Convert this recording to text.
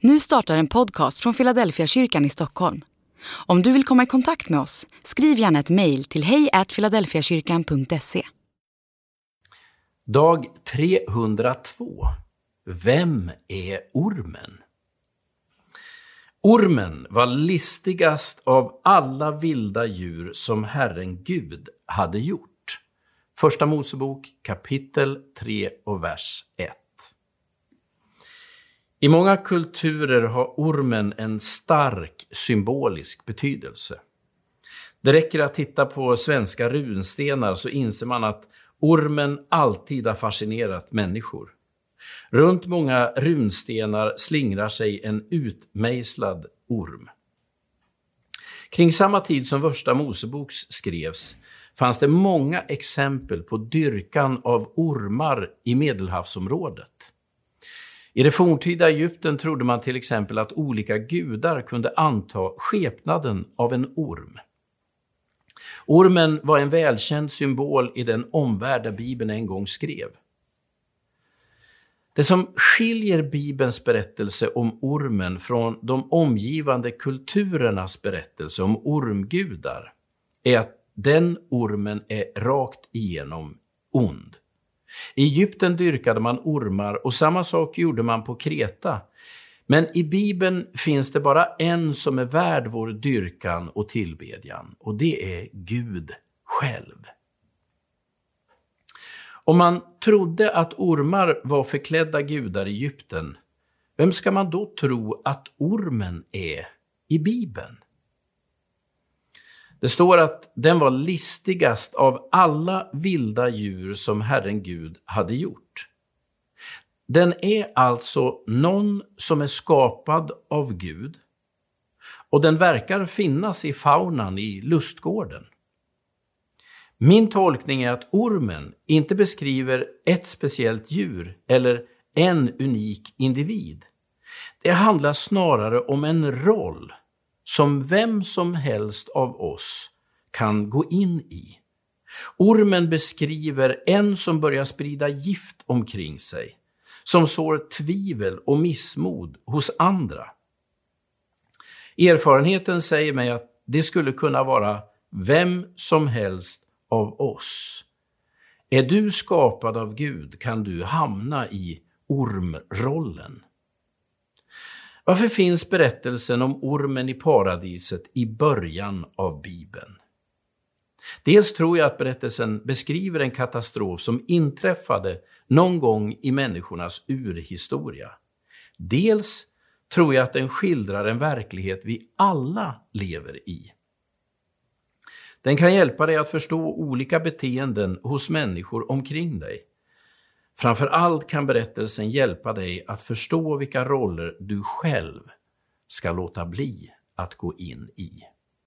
Nu startar en podcast från Philadelphia kyrkan i Stockholm. Om du vill komma i kontakt med oss, skriv gärna ett mejl till hej@philadelphiakyrkan.se. Dag 302. Vem är ormen? Ormen var listigast av alla vilda djur som Herren Gud hade gjort. Första Mosebok kapitel 3 och vers 1. I många kulturer har ormen en stark symbolisk betydelse. Det räcker att titta på svenska runstenar så inser man att ormen alltid har fascinerat människor. Runt många runstenar slingrar sig en utmejslad orm. Kring samma tid som Första Mosebok skrevs fanns det många exempel på dyrkan av ormar i Medelhavsområdet. I det forntida Egypten trodde man till exempel att olika gudar kunde anta skepnaden av en orm. Ormen var en välkänd symbol i den omvärld där Bibeln en gång skrev. Det som skiljer Bibelns berättelse om ormen från de omgivande kulturernas berättelse om ormgudar är att den ormen är rakt igenom ond. I Egypten dyrkade man ormar och samma sak gjorde man på Kreta. Men i Bibeln finns det bara en som är värd vår dyrkan och tillbedjan, och det är Gud själv. Om man trodde att ormar var förklädda gudar i Egypten, vem ska man då tro att ormen är i Bibeln? Det står att den var listigast av alla vilda djur som Herren Gud hade gjort. Den är alltså någon som är skapad av Gud, och den verkar finnas i faunan i lustgården. Min tolkning är att ormen inte beskriver ett speciellt djur eller en unik individ. Det handlar snarare om en roll som vem som helst av oss kan gå in i. Ormen beskriver en som börjar sprida gift omkring sig, som sår tvivel och missmod hos andra. Erfarenheten säger mig att det skulle kunna vara vem som helst av oss. Är du skapad av Gud kan du hamna i ormrollen. Varför finns berättelsen om ormen i paradiset i början av Bibeln? Dels tror jag att berättelsen beskriver en katastrof som inträffade någon gång i människornas urhistoria. Dels tror jag att den skildrar en verklighet vi alla lever i. Den kan hjälpa dig att förstå olika beteenden hos människor omkring dig. Framför allt kan berättelsen hjälpa dig att förstå vilka roller du själv ska låta bli att gå in i.